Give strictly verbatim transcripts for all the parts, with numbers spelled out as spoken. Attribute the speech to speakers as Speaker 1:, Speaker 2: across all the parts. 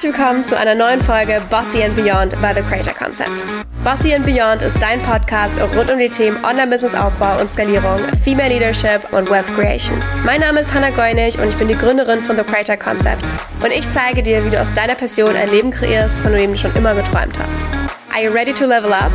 Speaker 1: Herzlich willkommen zu einer neuen Folge Bossy and Beyond by The Creator Concept. Bossy and Beyond ist dein Podcast rund um die Themen Online-Business-Aufbau und Skalierung, Female Leadership und Wealth Creation. Mein Name ist Hannah Goinig und ich bin die Gründerin von The Creator Concept. Und ich zeige dir, wie du aus deiner Passion ein Leben kreierst, von dem du schon immer geträumt hast. Are you ready to level up?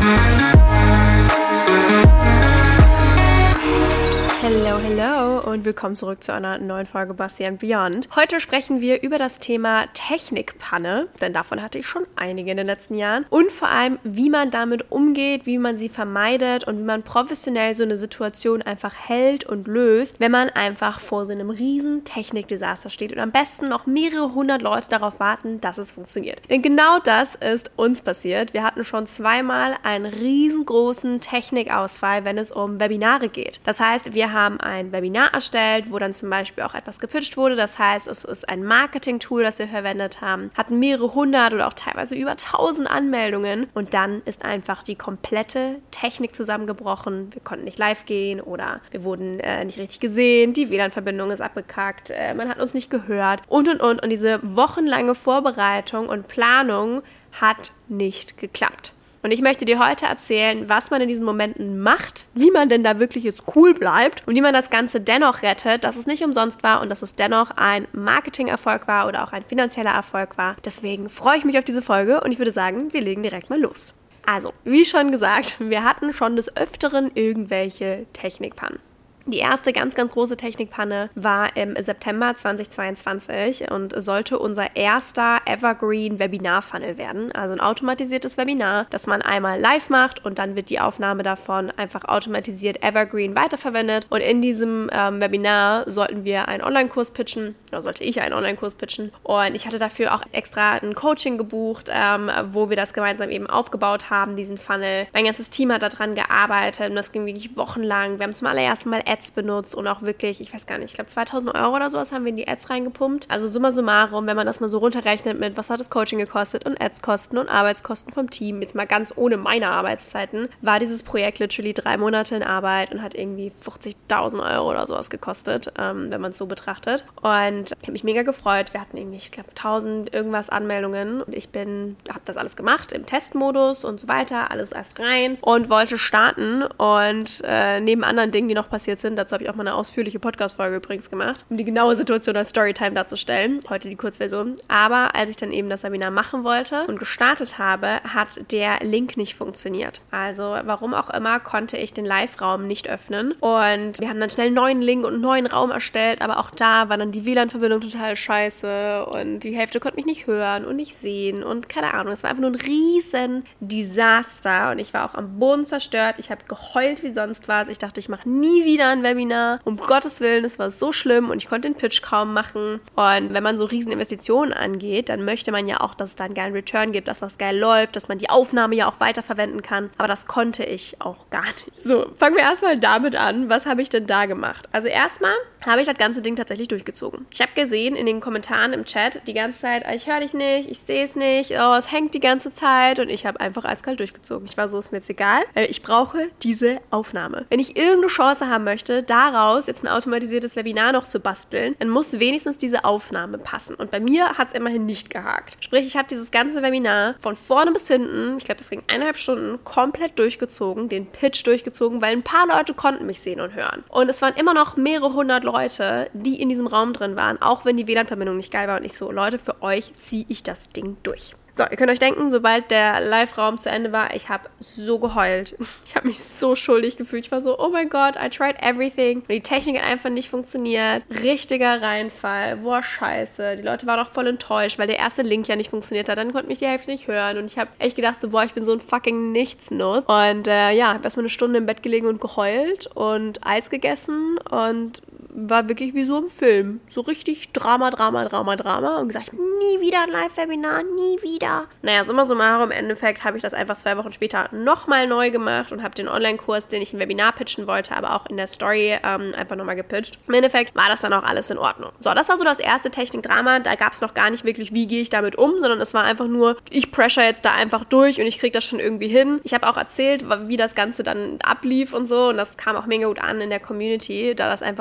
Speaker 1: Hello, hello und willkommen zurück zu einer neuen Folge Bossy and Beyond. Heute sprechen wir über das Thema Technikpanne, denn davon hatte ich schon einige in den letzten Jahren. Und vor allem, wie man damit umgeht, wie man sie vermeidet und wie man professionell so eine Situation einfach hält und löst, wenn man einfach vor so einem riesen Technikdesaster steht und am besten noch mehrere hundert Leute darauf warten, dass es funktioniert. Denn genau das ist uns passiert. Wir hatten schon zweimal einen riesengroßen Technikausfall, wenn es um Webinare geht. Das heißt, wir haben ein Webinar erstellt, wo dann zum Beispiel auch etwas gepitcht wurde. Das heißt, es ist ein Marketing-Tool, das wir verwendet haben, hatten mehrere hundert oder auch teilweise über tausend Anmeldungen und dann ist einfach die komplette Technik zusammengebrochen. Wir konnten nicht live gehen oder wir wurden äh, nicht richtig gesehen, die W L A N-Verbindung ist abgekackt, äh, man hat uns nicht gehört und und und und diese wochenlange Vorbereitung und Planung hat nicht geklappt. Und ich möchte dir heute erzählen, was man in diesen Momenten macht, wie man denn da wirklich jetzt cool bleibt und wie man das Ganze dennoch rettet, dass es nicht umsonst war und dass es dennoch ein Marketing-Erfolg war oder auch ein finanzieller Erfolg war. Deswegen freue ich mich auf diese Folge und ich würde sagen, wir legen direkt mal los. Also, wie schon gesagt, wir hatten schon des Öfteren irgendwelche Technikpannen. Die erste ganz, ganz große Technikpanne war im September zweitausendzweiundzwanzig und sollte unser erster Evergreen-Webinar-Funnel werden. Also ein automatisiertes Webinar, das man einmal live macht und dann wird die Aufnahme davon einfach automatisiert Evergreen weiterverwendet. Und in diesem ähm, Webinar sollten wir einen Online-Kurs pitchen, oder sollte ich einen Online-Kurs pitchen. Und ich hatte dafür auch extra ein Coaching gebucht, ähm, wo wir das gemeinsam eben aufgebaut haben, diesen Funnel. Mein ganzes Team hat daran gearbeitet und das ging wirklich wochenlang. Wir haben zum allerersten Mal Ads benutzt und auch wirklich, ich weiß gar nicht, ich glaube zweitausend Euro oder sowas haben wir in die Ads reingepumpt. Also summa summarum, wenn man das mal so runterrechnet mit, was hat das Coaching gekostet und Ads-Kosten und Arbeitskosten vom Team, jetzt mal ganz ohne meine Arbeitszeiten, war dieses Projekt literally drei Monate in Arbeit und hat irgendwie fünfzigtausend Euro oder sowas gekostet, ähm, wenn man es so betrachtet. Und ich habe mich mega gefreut. Wir hatten irgendwie, ich glaube, tausend irgendwas Anmeldungen und ich bin, habe das alles gemacht im Testmodus und so weiter, alles erst rein und wollte starten und äh, neben anderen Dingen, die noch passiert sind, dazu habe ich auch mal eine ausführliche Podcast-Folge übrigens gemacht, um die genaue Situation als Storytime darzustellen. Heute die Kurzversion. Aber als ich dann eben das Webinar machen wollte und gestartet habe, hat der Link nicht funktioniert. Also warum auch immer konnte ich den Live-Raum nicht öffnen. Und wir haben dann schnell einen neuen Link und einen neuen Raum erstellt, aber auch da war dann die W L A N-Verbindung total scheiße und die Hälfte konnte mich nicht hören und nicht sehen und keine Ahnung. Es war einfach nur ein riesen Desaster und ich war auch am Boden zerstört. Ich habe geheult wie sonst was. Ich dachte, ich mache nie wieder ein Webinar. Um Gottes Willen, es war so schlimm und ich konnte den Pitch kaum machen. Und wenn man so riesen Investitionen angeht, dann möchte man ja auch, dass es da einen geilen Return gibt, dass das geil läuft, dass man die Aufnahme ja auch weiterverwenden kann. Aber das konnte ich auch gar nicht. So, fangen wir erstmal damit an. Was habe ich denn da gemacht? Also erstmal habe ich das ganze Ding tatsächlich durchgezogen. Ich habe gesehen in den Kommentaren im Chat die ganze Zeit, ich höre dich nicht, ich sehe es nicht, oh, es hängt die ganze Zeit und ich habe einfach eiskalt durchgezogen. Ich war so, ist mir jetzt egal, weil ich brauche diese Aufnahme. Wenn ich irgendeine Chance haben möchte, daraus jetzt ein automatisiertes Webinar noch zu basteln, dann muss wenigstens diese Aufnahme passen. Und bei mir hat es immerhin nicht gehakt. Sprich, ich habe dieses ganze Webinar von vorne bis hinten, ich glaube, das ging eineinhalb Stunden, komplett durchgezogen, den Pitch durchgezogen, weil ein paar Leute konnten mich sehen und hören. Und es waren immer noch mehrere hundert Leute, die in diesem Raum drin waren, auch wenn die W L A N-Verbindung nicht geil war und ich so, Leute, für euch ziehe ich das Ding durch. So, ihr könnt euch denken, sobald der Live-Raum zu Ende war, ich habe so geheult. Ich habe mich so schuldig gefühlt. Ich war so, oh mein Gott, I tried everything. Und die Technik hat einfach nicht funktioniert. Richtiger Reinfall. Boah, scheiße. Die Leute waren auch voll enttäuscht, weil der erste Link ja nicht funktioniert hat. Dann konnte mich die Hälfte nicht hören. Und ich habe echt gedacht, so, boah, ich bin so ein fucking Nichtsnutz. Und äh, ja, habe erstmal eine Stunde im Bett gelegen und geheult und Eis gegessen und war wirklich wie so im Film. So richtig Drama, Drama, Drama, Drama. Und gesagt, nie wieder ein Live-Webinar, nie wieder. Naja, summa summarum, im Endeffekt habe ich das einfach zwei Wochen später nochmal neu gemacht und habe den Online-Kurs, den ich im Webinar pitchen wollte, aber auch in der Story ähm, einfach nochmal gepitcht. Im Endeffekt war das dann auch alles in Ordnung. So, das war so das erste Technik-Drama. Da gab es noch gar nicht wirklich, wie gehe ich damit um, sondern es war einfach nur, ich pressure jetzt da einfach durch und ich kriege das schon irgendwie hin. Ich habe auch erzählt, wie das Ganze dann ablief und so und das kam auch mega gut an in der Community, da das einfach auch natürlich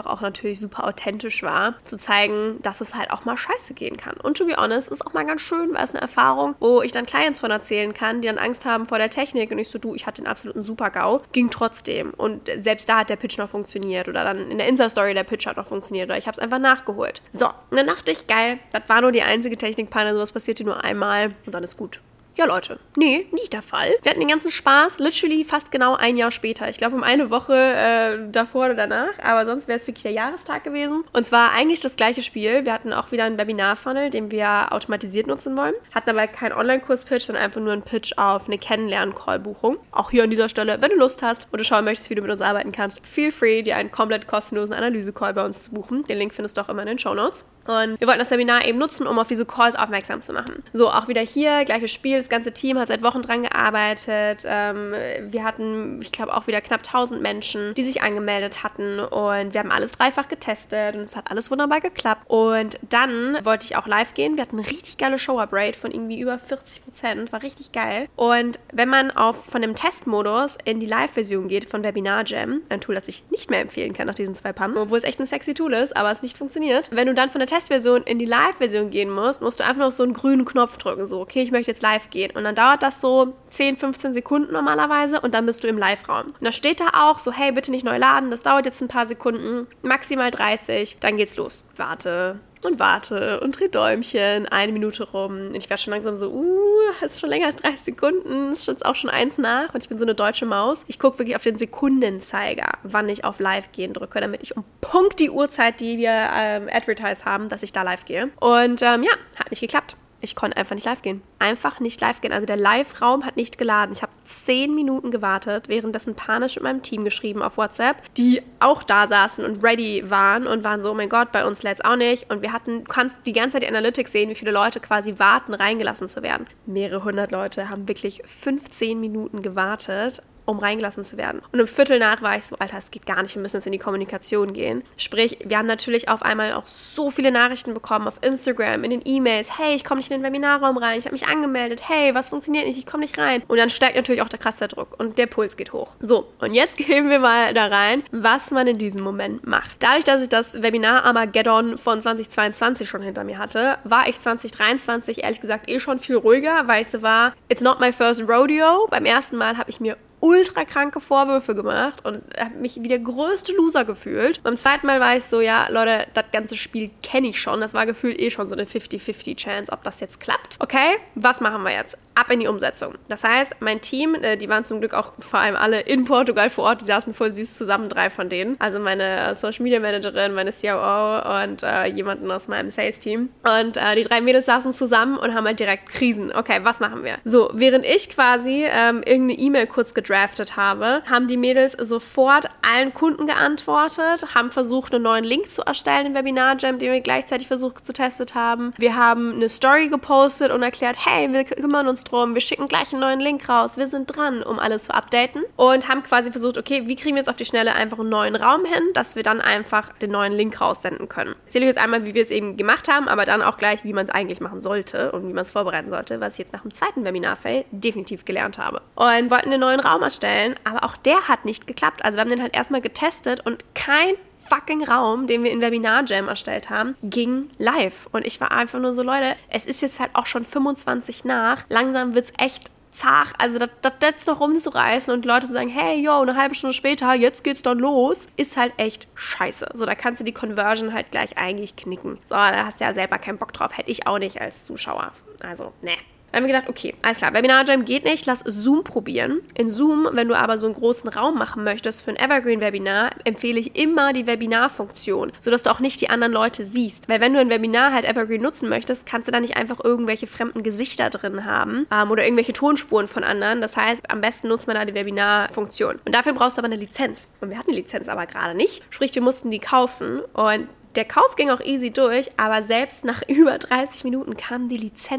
Speaker 1: natürlich super authentisch war, zu zeigen, dass es halt auch mal scheiße gehen kann. Und to be honest, ist auch mal ganz schön, weil es eine Erfahrung, wo ich dann Clients von erzählen kann, die dann Angst haben vor der Technik und ich so, du, ich hatte den absoluten Super-GAU, ging trotzdem. Und selbst da hat der Pitch noch funktioniert oder dann in der Insta-Story der Pitch hat noch funktioniert oder ich habe es einfach nachgeholt. So, und dann dachte ich, geil, das war nur die einzige Technikpanne, sowas passiert hier nur einmal und dann ist gut. Ja, Leute, nee, nicht der Fall. Wir hatten den ganzen Spaß, literally fast genau ein Jahr später. Ich glaube, um eine Woche äh, davor oder danach, aber sonst wäre es wirklich der Jahrestag gewesen. Und zwar eigentlich das gleiche Spiel. Wir hatten auch wieder einen Webinar-Funnel, den wir automatisiert nutzen wollen. Hatten aber keinen Online-Kurs-Pitch, sondern einfach nur einen Pitch auf eine Kennenlernen-Call-Buchung. Auch hier an dieser Stelle, wenn du Lust hast und du schauen möchtest, wie du mit uns arbeiten kannst, feel free, dir einen komplett kostenlosen Analyse-Call bei uns zu buchen. Den Link findest du auch immer in den Shownotes. Und wir wollten das Webinar eben nutzen, um auf diese Calls aufmerksam zu machen. So, auch wieder hier, gleiches Spiel, das ganze Team hat seit Wochen dran gearbeitet. Ähm, wir hatten, ich glaube, auch wieder knapp tausend Menschen, die sich angemeldet hatten und wir haben alles dreifach getestet und es hat alles wunderbar geklappt. Und dann wollte ich auch live gehen. Wir hatten eine richtig geile Show-Up-Rate von irgendwie über vierzig Prozent, war richtig geil. Und wenn man auf, von dem Testmodus in die Live-Version geht von Webinar Jam, ein Tool, das ich nicht mehr empfehlen kann nach diesen zwei Pannen, obwohl es echt ein sexy Tool ist, aber es nicht funktioniert. Wenn du dann von der Testversion in die Live-Version gehen musst, musst du einfach noch so einen grünen Knopf drücken, so, okay, ich möchte jetzt live gehen. Und dann dauert das so zehn, fünfzehn Sekunden normalerweise und dann bist du im Live-Raum. Und da steht da auch so, hey, bitte nicht neu laden, das dauert jetzt ein paar Sekunden, maximal dreißig, dann geht's los. Warte und warte und dreh Däumchen, eine Minute rum. Und ich werde schon langsam so, uh, es ist schon länger als dreißig Sekunden, es ist jetzt auch schon eins nach und ich bin so eine deutsche Maus. Ich gucke wirklich auf den Sekundenzeiger, wann ich auf Live gehen drücke, damit ich um Punkt die Uhrzeit, die wir ähm, advertised haben, dass ich da live gehe. Und ähm, ja, hat nicht geklappt. Ich konnte einfach nicht live gehen. Einfach nicht live gehen. Also der Live-Raum hat nicht geladen. Ich habe zehn Minuten gewartet, währenddessen panisch mit meinem Team geschrieben auf WhatsApp, die auch da saßen und ready waren und waren so, oh mein Gott, bei uns lädt's auch nicht. Und wir hatten, du kannst die ganze Zeit die Analytics sehen, wie viele Leute quasi warten, reingelassen zu werden. Mehrere hundert Leute haben wirklich fünfzehn Minuten gewartet, um reingelassen zu werden. Und um Viertel nach war ich so, Alter, es geht gar nicht, wir müssen jetzt in die Kommunikation gehen. Sprich, wir haben natürlich auf einmal auch so viele Nachrichten bekommen auf Instagram, in den E-Mails, hey, ich komme nicht in den Webinarraum rein, ich habe mich angemeldet, hey, was funktioniert nicht, ich komme nicht rein. Und dann steigt natürlich auch der krasse Druck und der Puls geht hoch. So, und jetzt gehen wir mal da rein, was man in diesem Moment macht. Dadurch, dass ich das Webinar Armageddon von zwanzig zweiundzwanzig schon hinter mir hatte, war ich zwanzig dreiundzwanzig ehrlich gesagt eh schon viel ruhiger, weil ich so war, it's not my first rodeo. Beim ersten Mal habe ich mir ultra kranke Vorwürfe gemacht und habe mich wie der größte Loser gefühlt. Beim zweiten Mal war ich so, ja, Leute, das ganze Spiel kenne ich schon. Das war gefühlt eh schon so eine fifty fifty Chance, ob das jetzt klappt. Okay, was machen wir jetzt? Ab in die Umsetzung. Das heißt, mein Team, die waren zum Glück auch vor allem alle in Portugal vor Ort, die saßen voll süß zusammen, drei von denen. Also meine Social Media Managerin, meine C O O und äh, jemanden aus meinem Sales-Team. Und äh, die drei Mädels saßen zusammen und haben halt direkt Krisen. Okay, was machen wir? So, während ich quasi ähm, irgendeine E-Mail kurz gedraftet habe, haben die Mädels sofort allen Kunden geantwortet, haben versucht, einen neuen Link zu erstellen im Webinar Jam, den wir gleichzeitig versucht zu testet haben. Wir haben eine Story gepostet und erklärt, hey, wir kümmern uns drum, wir schicken gleich einen neuen Link raus, wir sind dran, um alle zu updaten und haben quasi versucht, okay, wie kriegen wir jetzt auf die Schnelle einfach einen neuen Raum hin, dass wir dann einfach den neuen Link raussenden können. Ich erzähle euch jetzt einmal, wie wir es eben gemacht haben, aber dann auch gleich, wie man es eigentlich machen sollte und wie man es vorbereiten sollte, was ich jetzt nach dem zweiten Webinar-Fail definitiv gelernt habe. Und wollten den neuen Raum erstellen, aber auch der hat nicht geklappt. Also wir haben den halt erstmal getestet und kein fucking Raum, den wir in Webinar Jam erstellt haben, ging live. Und ich war einfach nur so, Leute, es ist jetzt halt auch schon fünfundzwanzig nach. Langsam wird's echt zart. Also das, das jetzt noch rumzureißen und Leute zu sagen, hey, yo, eine halbe Stunde später, jetzt geht's dann los, ist halt echt scheiße. So, da kannst du die Conversion halt gleich eigentlich knicken. So, da hast du ja selber keinen Bock drauf. Hätte ich auch nicht als Zuschauer. Also, ne. Dann haben wir gedacht, okay, alles klar, Webinar Jam geht nicht, lass Zoom probieren. In Zoom, wenn du aber so einen großen Raum machen möchtest für ein Evergreen-Webinar, empfehle ich immer die Webinar-Funktion, sodass du auch nicht die anderen Leute siehst. Weil wenn du ein Webinar halt Evergreen nutzen möchtest, kannst du da nicht einfach irgendwelche fremden Gesichter drin haben ähm, oder irgendwelche Tonspuren von anderen. Das heißt, am besten nutzt man da die Webinar-Funktion. Und dafür brauchst du aber eine Lizenz. Und wir hatten die Lizenz aber gerade nicht. Sprich, wir mussten die kaufen und der Kauf ging auch easy durch, aber selbst nach über dreißig Minuten kam die Lizenz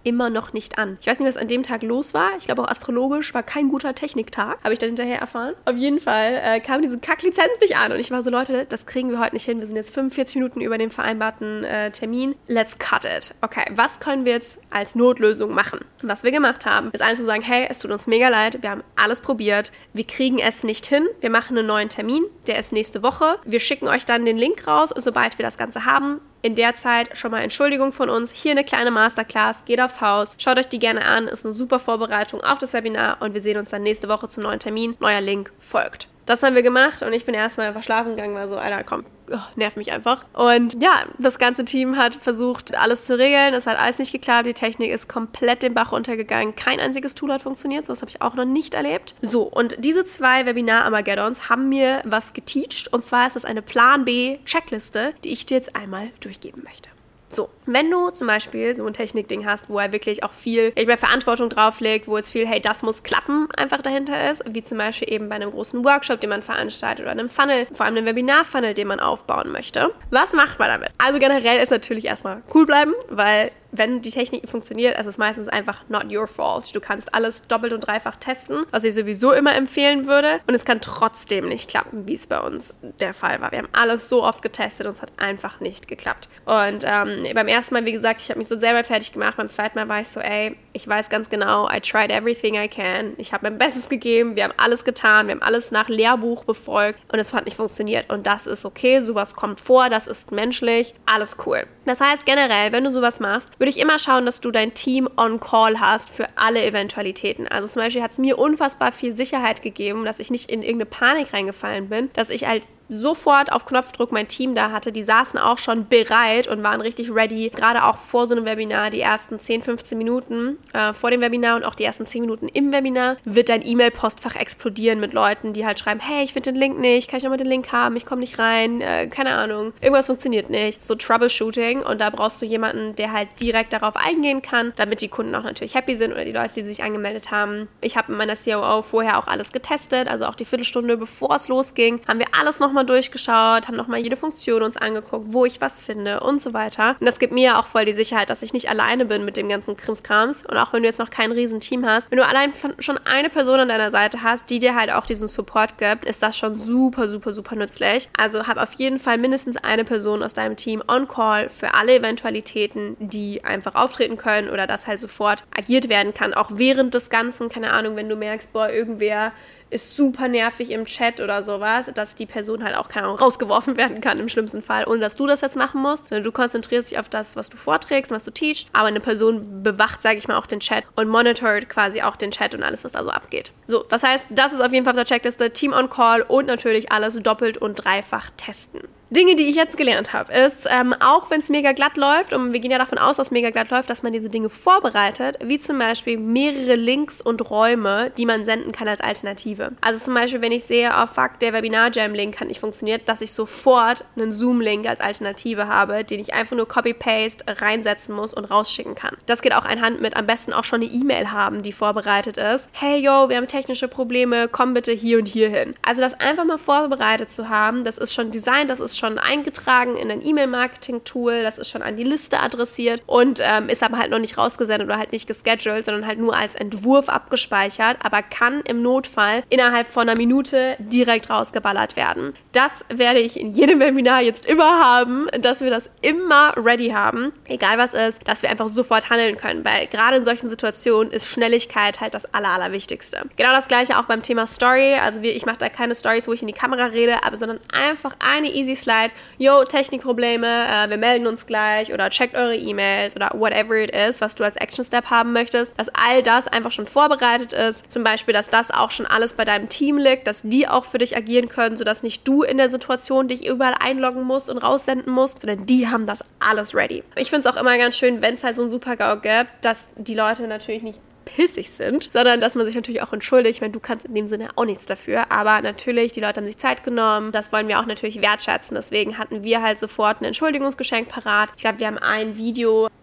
Speaker 1: immer noch nicht an. Ich weiß nicht, was an dem Tag los war. Ich glaube auch astrologisch war kein guter Techniktag, habe ich dann hinterher erfahren. Auf jeden Fall äh, kam diese Kacklizenz nicht an und ich war so, Leute, das kriegen wir heute nicht hin. Wir sind jetzt fünfundvierzig Minuten über dem vereinbarten äh, Termin. Let's cut it. Okay, was können wir jetzt als Notlösung machen? Was wir gemacht haben, ist allen zu sagen, hey, es tut uns mega leid, wir haben alles probiert, wir kriegen es nicht hin, wir machen einen neuen Termin, der ist nächste Woche. Wir schicken euch dann den Link raus, sobald wir das Ganze haben. In der Zeit schon mal Entschuldigung von uns. Hier eine kleine Masterclass, geht aufs Haus, schaut euch die gerne an, ist eine super Vorbereitung auf das Webinar und wir sehen uns dann nächste Woche zum neuen Termin. Neuer Link folgt. Das haben wir gemacht und ich bin erstmal verschlafen gegangen, war so, Alter, komm, oh, nervt mich einfach. Und ja, das ganze Team hat versucht, alles zu regeln. Es hat alles nicht geklappt. Die Technik ist komplett den Bach runtergegangen. Kein einziges Tool hat funktioniert. So was habe ich auch noch nicht erlebt. So, und diese zwei Webinar-Armageddons haben mir was geteacht. Und zwar ist das eine Plan-B-Checkliste, die ich dir jetzt einmal durchgeben möchte. So, wenn du zum Beispiel so ein Technikding hast, wo er wirklich auch viel ich meine, Verantwortung drauflegt, wo jetzt viel, hey, das muss klappen, einfach dahinter ist, wie zum Beispiel eben bei einem großen Workshop, den man veranstaltet oder einem Funnel, vor allem einem Webinar-Funnel, den man aufbauen möchte. Was macht man damit? Also generell ist natürlich erstmal cool bleiben, weil wenn die Technik funktioniert, ist es meistens einfach not your fault. Du kannst alles doppelt und dreifach testen, was ich sowieso immer empfehlen würde. Und es kann trotzdem nicht klappen, wie es bei uns der Fall war. Wir haben alles so oft getestet und es hat einfach nicht geklappt. Und ähm, beim ersten Mal, wie gesagt, ich habe mich so selber fertig gemacht. Beim zweiten Mal war ich so, ey, ich weiß ganz genau, I tried everything I can. Ich habe mein Bestes gegeben, wir haben alles getan, wir haben alles nach Lehrbuch befolgt und es hat nicht funktioniert. Und das ist okay, sowas kommt vor, das ist menschlich, alles cool. Das heißt generell, wenn du sowas machst, würde ich immer schauen, dass du dein Team on call hast für alle Eventualitäten. Also zum Beispiel hat es mir unfassbar viel Sicherheit gegeben, dass ich nicht in irgendeine Panik reingefallen bin, dass ich halt sofort auf Knopfdruck mein Team da hatte. Die saßen auch schon bereit und waren richtig ready. Gerade auch vor so einem Webinar, die ersten zehn, fünfzehn Minuten äh, vor dem Webinar und auch die ersten zehn Minuten im Webinar, wird dein E-Mail-Postfach explodieren mit Leuten, die halt schreiben, hey, ich finde den Link nicht, kann ich nochmal den Link haben, ich komme nicht rein, äh, keine Ahnung, irgendwas funktioniert nicht. So Troubleshooting und da brauchst du jemanden, der halt direkt darauf eingehen kann, damit die Kunden auch natürlich happy sind oder die Leute, die sich angemeldet haben. Ich habe mit meiner C O O vorher auch alles getestet, also auch die Viertelstunde, bevor es losging, haben wir alles nochmal durchgeschaut, haben nochmal jede Funktion uns angeguckt, wo ich was finde und so weiter. Und das gibt mir ja auch voll die Sicherheit, dass ich nicht alleine bin mit dem ganzen Krimskrams. Und auch wenn du jetzt noch kein Riesenteam hast, wenn du allein schon eine Person an deiner Seite hast, die dir halt auch diesen Support gibt, ist das schon super, super, super nützlich. Also hab auf jeden Fall mindestens eine Person aus deinem Team on call für alle Eventualitäten, die einfach auftreten können oder dass halt sofort agiert werden kann, auch während des Ganzen. Keine Ahnung, wenn du merkst, boah, irgendwer ist super nervig im Chat oder sowas, dass die Person halt auch, keine Ahnung, rausgeworfen werden kann im schlimmsten Fall, ohne dass du das jetzt machen musst, sondern du konzentrierst dich auf das, was du vorträgst, was du teachst, aber eine Person bewacht, sage ich mal, auch den Chat und monitort quasi auch den Chat und alles, was da so abgeht. So, das heißt, das ist auf jeden Fall auf der Checkliste, Team on Call und natürlich alles doppelt und dreifach testen. Dinge, die ich jetzt gelernt habe, ist, ähm, auch wenn es mega glatt läuft, und wir gehen ja davon aus, dass mega glatt läuft, dass man diese Dinge vorbereitet, wie zum Beispiel mehrere Links und Räume, die man senden kann als Alternative. Also zum Beispiel, wenn ich sehe, oh fuck, der Webinar-Jam-Link hat nicht funktioniert, dass ich sofort einen Zoom-Link als Alternative habe, den ich einfach nur Copy-Paste reinsetzen muss und rausschicken kann. Das geht auch einhand mit am besten auch schon eine E-Mail haben, die vorbereitet ist. Hey, yo, wir haben technische Probleme, komm bitte hier und hier hin. Also das einfach mal vorbereitet zu haben, das ist schon Design, das ist schon eingetragen in ein E-Mail-Marketing-Tool, das ist schon an die Liste adressiert und ähm, ist aber halt noch nicht rausgesendet oder halt nicht gescheduled, sondern halt nur als Entwurf abgespeichert, aber kann im Notfall innerhalb von einer Minute direkt rausgeballert werden. Das werde ich in jedem Webinar jetzt immer haben, dass wir das immer ready haben, egal was ist, dass wir einfach sofort handeln können, weil gerade in solchen Situationen ist Schnelligkeit halt das Aller, Allerwichtigste. Genau das gleiche auch beim Thema Story, also wir, ich mache da keine Stories, wo ich in die Kamera rede, aber sondern einfach eine easy Slide, yo, Technikprobleme, äh, wir melden uns gleich oder checkt eure E-Mails oder whatever it is, was du als Action-Step haben möchtest, dass all das einfach schon vorbereitet ist. Zum Beispiel, dass das auch schon alles bei deinem Team liegt, dass die auch für dich agieren können, sodass nicht du in der Situation dich überall einloggen musst und raussenden musst, sondern die haben das alles ready. Ich finde es auch immer ganz schön, wenn es halt so ein Super-GAU gibt, dass die Leute natürlich nicht pissig sind, sondern dass man sich natürlich auch entschuldigt. Ich meine, du kannst in dem Sinne auch nichts dafür, aber natürlich, die Leute haben sich Zeit genommen, das wollen wir auch natürlich wertschätzen, deswegen hatten wir halt sofort ein Entschuldigungsgeschenk parat. Ich glaube, wir haben ein Video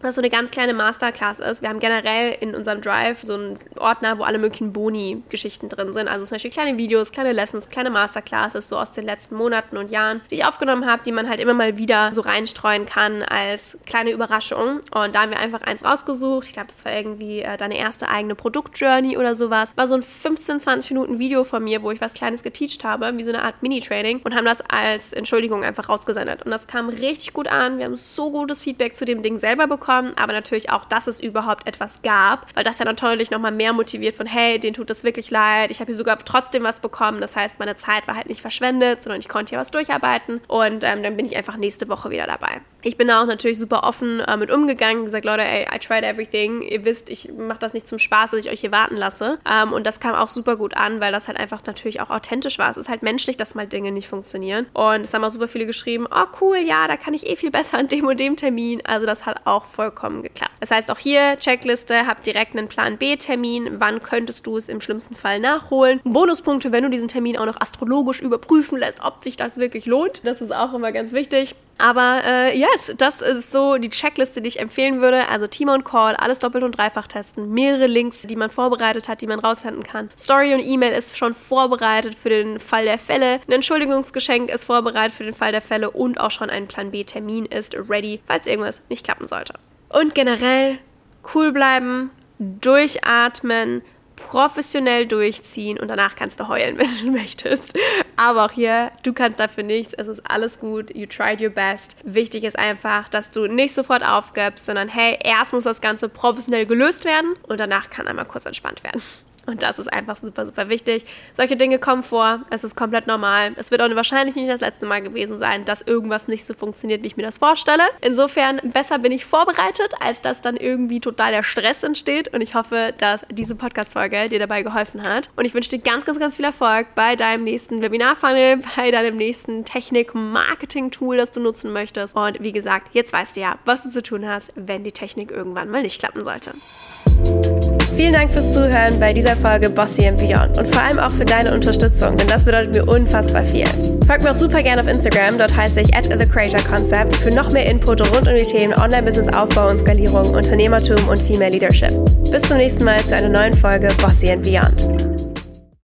Speaker 1: was so eine ganz kleine Masterclass ist. Wir haben generell in unserem Drive so einen Ordner, wo alle möglichen Boni-Geschichten drin sind. Also zum Beispiel kleine Videos, kleine Lessons, kleine Masterclasses so aus den letzten Monaten und Jahren, die ich aufgenommen habe, die man halt immer mal wieder so reinstreuen kann als kleine Überraschung. Und da haben wir einfach eins rausgesucht. Ich glaube, das war irgendwie äh, deine erste eigene Produktjourney oder sowas. War so ein fünfzehn, zwanzig Minuten Video von mir, wo ich was Kleines geteacht habe, wie so eine Art Mini-Training und haben das als Entschuldigung einfach rausgesendet. Und das kam richtig gut an. Wir haben so gutes Feedback zu dem Ding selber bekommen. Aber natürlich auch, dass es überhaupt etwas gab, weil das ja natürlich nochmal mehr motiviert von, hey, denen tut das wirklich leid, ich habe hier sogar trotzdem was bekommen, das heißt, meine Zeit war halt nicht verschwendet, sondern ich konnte hier was durcharbeiten und ähm, dann bin ich einfach nächste Woche wieder dabei. Ich bin da auch natürlich super offen äh, mit umgegangen, gesagt, Leute, ey, I tried everything, ihr wisst, ich mache das nicht zum Spaß, dass ich euch hier warten lasse ähm, und das kam auch super gut an, weil das halt einfach natürlich auch authentisch war. Es ist halt menschlich, dass mal Dinge nicht funktionieren und es haben auch super viele geschrieben, oh cool, ja, da kann ich eh viel besser an dem und dem Termin, also das hat auch vollkommen geklappt. Das heißt, auch hier, Checkliste, hab direkt einen Plan-B-Termin, wann könntest du es im schlimmsten Fall nachholen. Bonuspunkte, wenn du diesen Termin auch noch astrologisch überprüfen lässt, ob sich das wirklich lohnt. Das ist auch immer ganz wichtig. Aber äh, yes, das ist so die Checkliste, die ich empfehlen würde. Also Team on Call, alles doppelt und dreifach testen, mehrere Links, die man vorbereitet hat, die man raussenden kann. Story und E-Mail ist schon vorbereitet für den Fall der Fälle. Ein Entschuldigungsgeschenk ist vorbereitet für den Fall der Fälle und auch schon ein Plan-B-Termin ist ready, falls irgendwas nicht klappen sollte. Und generell cool bleiben, durchatmen, professionell durchziehen und danach kannst du heulen, wenn du möchtest. Aber auch hier, du kannst dafür nichts, es ist alles gut, you tried your best. Wichtig ist einfach, dass du nicht sofort aufgibst, sondern hey, erst muss das Ganze professionell gelöst werden und danach kann einmal kurz entspannt werden. Und das ist einfach super, super wichtig. Solche Dinge kommen vor, es ist komplett normal. Es wird auch wahrscheinlich nicht das letzte Mal gewesen sein, dass irgendwas nicht so funktioniert, wie ich mir das vorstelle. Insofern, besser bin ich vorbereitet, als dass dann irgendwie total der Stress entsteht. Und ich hoffe, dass diese Podcast-Folge dir dabei geholfen hat. Und ich wünsche dir ganz, ganz, ganz viel Erfolg bei deinem nächsten Webinar-Funnel, bei deinem nächsten Technik-Marketing-Tool, das du nutzen möchtest. Und wie gesagt, jetzt weißt du ja, was du zu tun hast, wenn die Technik irgendwann mal nicht klappen sollte. Vielen Dank fürs Zuhören bei dieser Folge Bossy and Beyond und vor allem auch für deine Unterstützung, denn das bedeutet mir unfassbar viel. Folgt mir auch super gerne auf Instagram, dort heiße ich at the creator concept für noch mehr Input rund um die Themen Online-Business-Aufbau und Skalierung, Unternehmertum und Female Leadership. Bis zum nächsten Mal zu einer neuen Folge Bossy and Beyond.